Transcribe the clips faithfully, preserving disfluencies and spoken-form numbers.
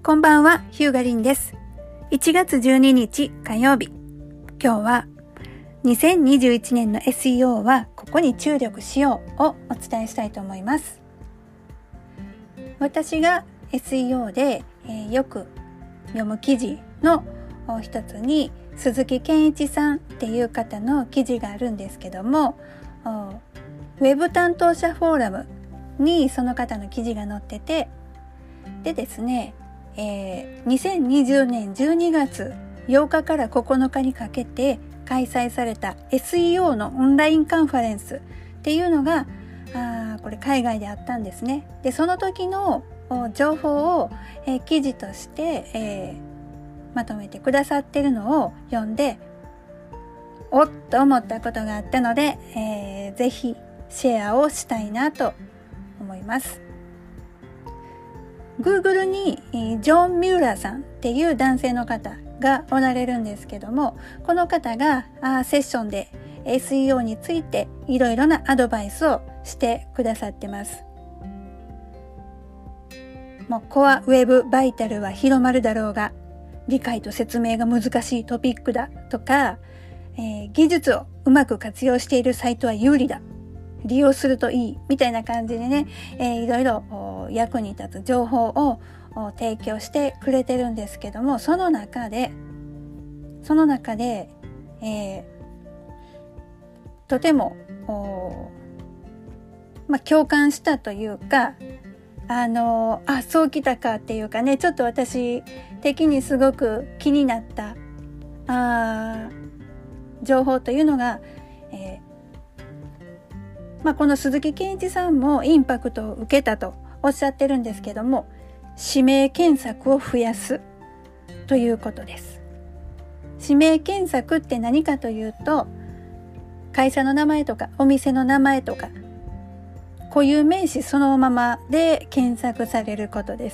こんばんは、ヒューガリンです。いちがつじゅうににち火曜日。今日はにせんにじゅういちねんの エスイーオー はここに注力しようをお伝えしたいと思います。私が エスイーオー で、えー、よく読む記事の一つに鈴木健一さんっていう方の記事があるんですけども、ウェブ担当者フォーラムにその方の記事が載ってて、でですね、えー、にせんにじゅうねんじゅうにがつようかからここのかにかけて開催された エスイーオー のオンラインカンファレンスっていうのがあこれ海外であったんですね。でその時の情報を、えー、記事として、えー、まとめてくださってるのを読んでおっと思ったことがあったので、えー、ぜひシェアをしたいなと思います。Google にジョン・ミューラーさんっていう男性の方がおられるんですけども、この方がセッションで エスイーオー についていろいろなアドバイスをしてくださってます。もうコアウェブバイタルは広まるだろうが、理解と説明が難しいトピックだとか、えー、技術をうまく活用しているサイトは有利だ。利用するといいみたいな感じでね、えー、いろいろ役に立つ情報を提供してくれてるんですけども、その中でその中で、えー、とてもまあ共感したというか、あのあそうきたかっていうかね、ちょっと私的にすごく気になったあ情報というのが、えーまあ、この鈴木健一さんもインパクトを受けたとおっしゃってるんですけども、指名検索を増やすということです。指名検索って何かというと、会社の名前とかお店の名前とか固有名詞そのままで検索されることです。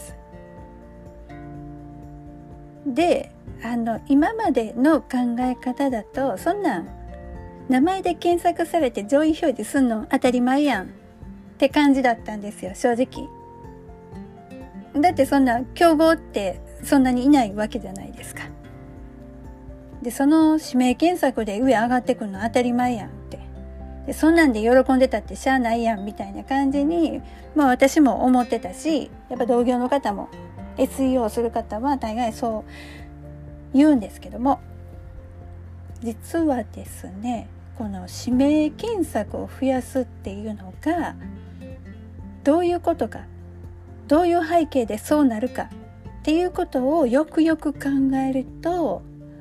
で、あの今までの考え方だと、そんなん名前で検索されて上位表示すんの当たり前やんって感じだったんですよ、正直。だってそんな競合ってそんなにいないわけじゃないですか。でその指名検索で上上がってくるの当たり前やんって、でそんなんで喜んでたってしゃあないやんみたいな感じに、まあ私も思ってたし、やっぱ同業の方も エスイーオー する方は大概そう言うんですけども、実はですね、この指名検索を増やすっていうのがどういうことか、どういう背景でそうなるかっていうことをよくよく考えると、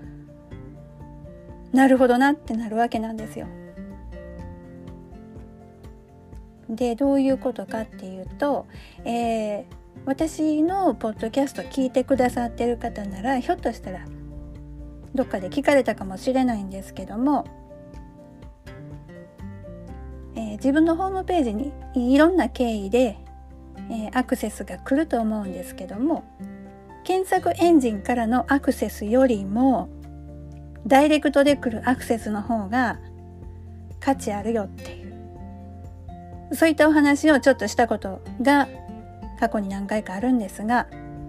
なるほどなってなるわけなんですよ。でどういうことかっていうと、えー、私のポッドキャスト聞いてくださってる方ならひょっとしたらどっかで聞かれたかもしれないんですけども、えー、自分のホームページにいろんな経緯で、えー、アクセスが来ると思うんですけども、検索エンジンからのアクセスよりもダイレクトで来るアクセスの方が価値あるよっていう、そういったお話をちょっとしたことが過去に何回かあるんですが、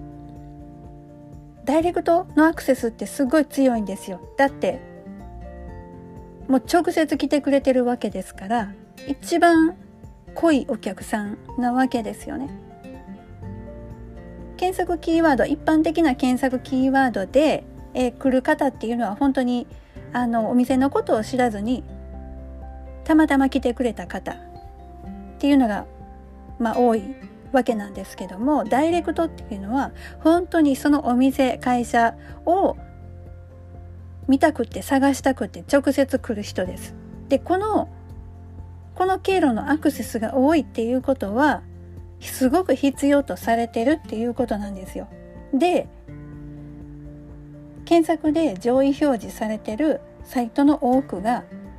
ダイレクトのアクセスってすごい強いんですよ。だってもう直接来てくれてるわけですから、一番濃いお客さんなわけですよね。検索キーワード、一般的な検索キーワードで、えー、来る方っていうのは本当にあのお店のことを知らずにたまたま来てくれた方っていうのがまあ多いわけなんですけども、ダイレクトっていうのは本当にそのお店、会社を見たくて探したくて直接来る人です。でこのこの経路のアクセスが多いっていうことはすごく必要とされてるっていうことなんですよ。で検索で上位表示されてるサイトの多くが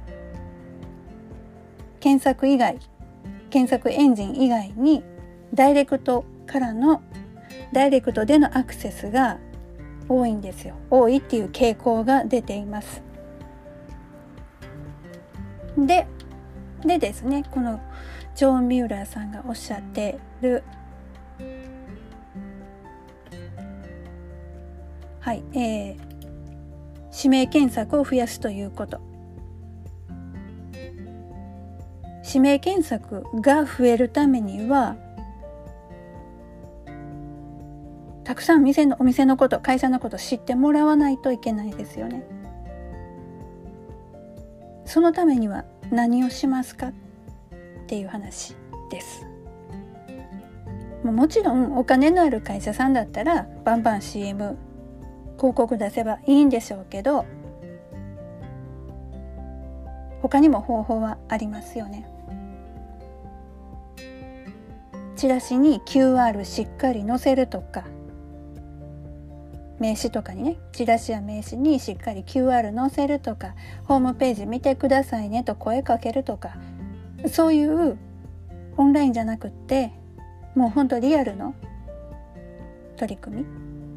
検索以外検索エンジン以外にダイレクトからのダイレクトでのアクセスが多いんですよ。多いっていう傾向が出ています。ででですね、このジョン・ミューラーさんがおっしゃっているはい、えー、指名検索を増やすということ。指名検索が増えるためには、たくさん店のお店のこと、会社のこと知ってもらわないといけないですよね。そのためには何をしますかっていう話です。も, もちろんお金のある会社さんだったらバンバン シーエム 広告出せばいいんでしょうけど、他にも方法はありますよね。チラシに キューアール しっかり載せるとか、名刺とかにね、チラシや名刺にしっかり キューアール 載せるとか、ホームページ見てくださいねと声かけるとか、そういうオンラインじゃなくって、もう本当リアルの取り組み。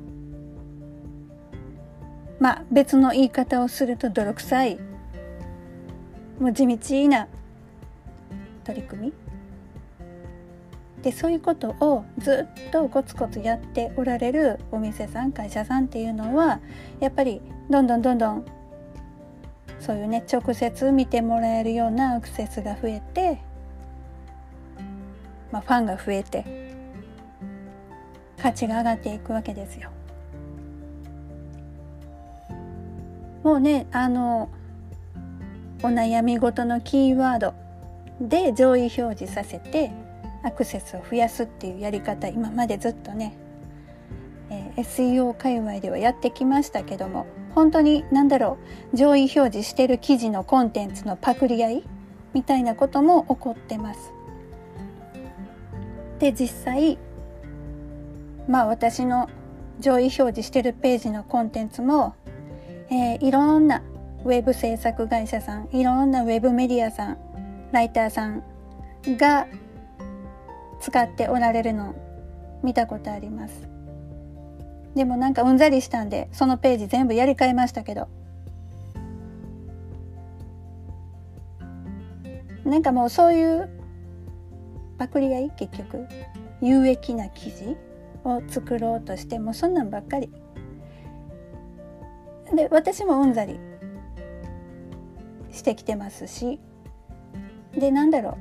まあ別の言い方をすると泥臭い、もう地道な取り組みで、そういうことをずっとコツコツやっておられるお店さん、会社さんっていうのは、やっぱりどんどんどんどんそういうね、直接見てもらえるようなアクセスが増えて、まあ、ファンが増えて価値が上がっていくわけですよ。もうね、あのお悩みごとのキーワードで上位表示させてアクセスを増やすっていうやり方、今までずっとね、えー、エスイーオー 界隈ではやってきましたけども、本当に何だろう、上位表示してる記事のコンテンツのパクリ合いみたいなことも起こってます。で、実際まあ私の上位表示してるページのコンテンツも、えー、いろんなウェブ制作会社さん、いろんなウェブメディアさん、ライターさんが使っておられるのを見たことあります。でもなんかうんざりしたんで、そのページ全部やり替えましたけど、なんかもうそういうパクリ合い、結局有益な記事を作ろうとしてもそんなんばっかりで、私もうんざりしてきてますし、で、なんだろ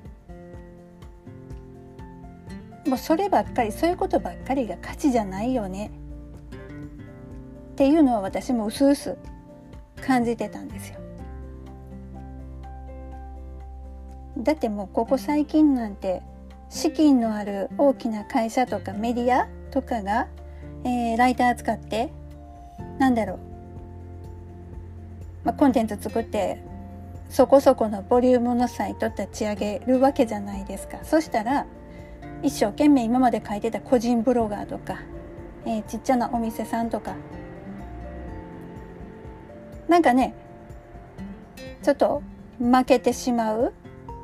う、もうそればっかり、そういうことばっかりが価値じゃないよねっていうのは私もうすうす感じてたんですよ。だってもうここ最近なんて資金のある大きな会社とかメディアとかが、えー、ライター使ってなんだろう、まあ、コンテンツ作ってそこそこのボリュームのサイト立ち上げるわけじゃないですか。そしたら一生懸命今まで書いてた個人ブロガーとか、えー、ちっちゃなお店さんとか、なんかねちょっと負けてしまう、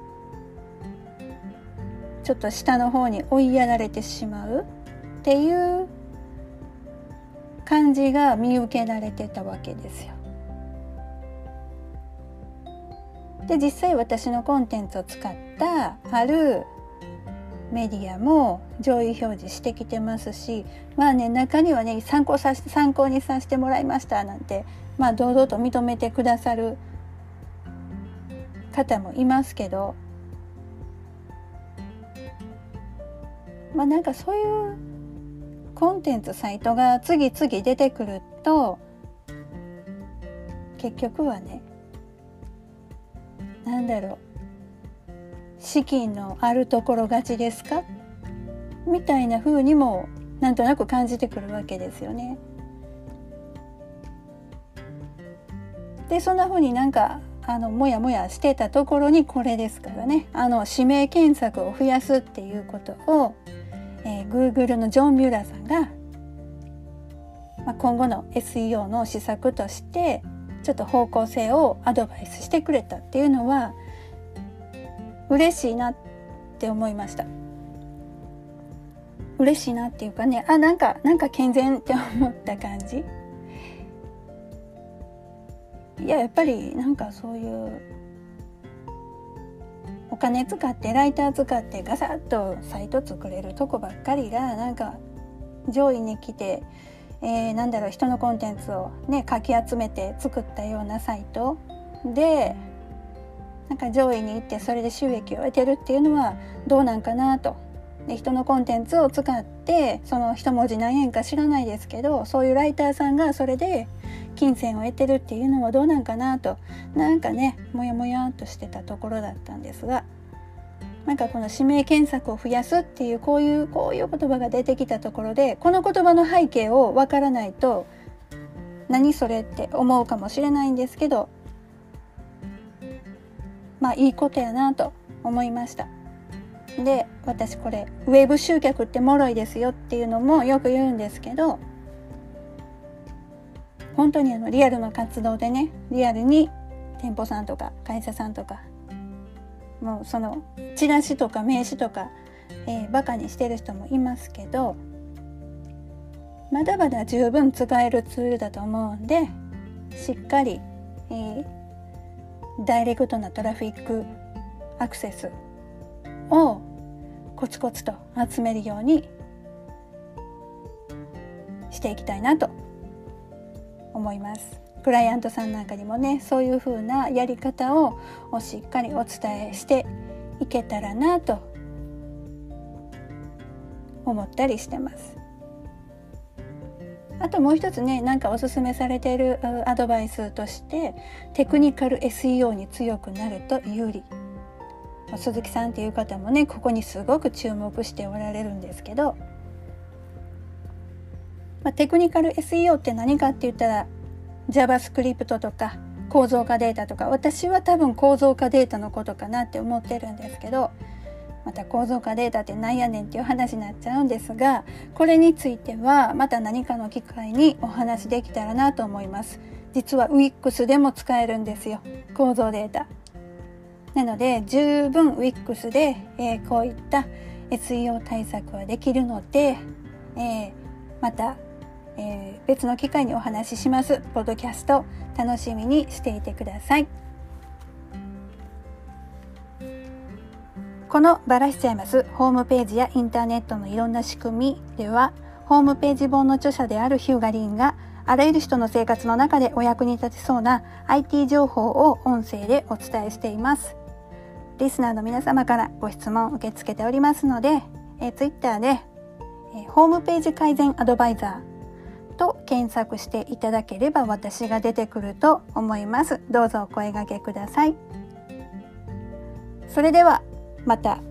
ちょっと下の方に追いやられてしまうっていう感じが見受けられてたわけですよ。で、実際私のコンテンツを使ったあるメディアも上位表示してきてますし、まあね、中にはね、参考さし参考にさせてもらいましたなんて、まあ堂々と認めてくださる方もいますけど、まあなんかそういうコンテンツサイトが次々出てくると、結局はね、なんだろう、資金のあるところ勝ちですかみたいな風にもなんとなく感じてくるわけですよね。で、そんな風になんかあのもやもやしてたところにこれですからね、あの指名検索を増やすっていうことを、えー、Google のジョン・ミューラーさんが、まあ、今後の エスイーオー の施策としてちょっと方向性をアドバイスしてくれたっていうのは嬉しいなって思いました。嬉しいなっていうかね、あ、なんかなんか健全って思った感じ。いや、やっぱりなんかそういうお金使ってライター使ってガサッとサイト作れるとこばっかりがなんか上位に来て、 えー、なんだろう人のコンテンツをねかき集めて作ったようなサイトでなんか上位に行ってそれで収益を得てるっていうのはどうなんかなと。で人のコンテンツを使ってその一文字何円か知らないですけどそういうライターさんがそれで金銭を得てるっていうのはどうなんかなとなんかねもやもやっとしてたところだったんですが、なんかこの指名検索を増やすっていうこういうこういう言葉が出てきたところでこの言葉の背景をわからないと何それって思うかもしれないんですけど、まあいいことやなと思いました。で私これウェブ集客って脆いですよっていうのもよく言うんですけど、本当にあのリアルの活動でねリアルに店舗さんとか会社さんとかもうそのチラシとか名刺とか、えー、バカにしてる人もいますけどまだまだ十分使えるツールだと思うんでしっかり、えー、ダイレクトなトラフィックアクセスをコツコツと集めるようにしていきたいなと思います。クライアントさんなんかにもねそういう風なやり方をしっかりお伝えしていけたらなと思ったりしてます。あともう一つねなんかおすすめされているアドバイスとしてテクニカル エスイーオー に強くなると有利。鈴木さんっていう方もねここにすごく注目しておられるんですけど、まあ、テクニカル エスイーオー って何かって言ったら JavaScript とか構造化データとか、私は多分構造化データのことかなって思ってるんですけど、また構造化データってなんやねんっていう話になっちゃうんですが、これについてはまた何かの機会にお話できたらなと思います。実は ウィックス でも使えるんですよ、構造データ。なので十分 ウィックス で、えー、こういった エスイーオー 対策はできるので、えー、また、えー、別の機会にお話しします。ポッドキャスト楽しみにしていてください。このバラしちゃいますホームページやインターネットのいろんな仕組みでは、ホームページ本の著者であるヒューガリーンがあらゆる人の生活の中でお役に立ちそうな アイティー 情報を音声でお伝えしています。リスナーの皆様からご質問を受け付けておりますので、えー、ツイッターで、えー、ホームページ改善アドバイザーと検索していただければ私が出てくると思います。どうぞお声掛けください。それではまた。